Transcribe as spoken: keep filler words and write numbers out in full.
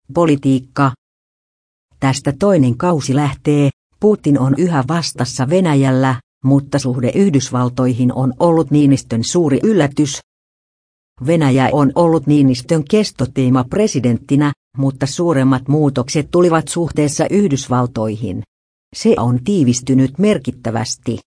Politiikka. Tästä toinen kausi lähtee. Putin on yhä vastassa Venäjällä, mutta suhde Yhdysvaltoihin on ollut Niinistön suuri yllätys. Venäjä on ollut Niinistön kestoteema presidenttinä, mutta suuremmat muutokset tulivat suhteessa Yhdysvaltoihin. Se on tiivistynyt merkittävästi.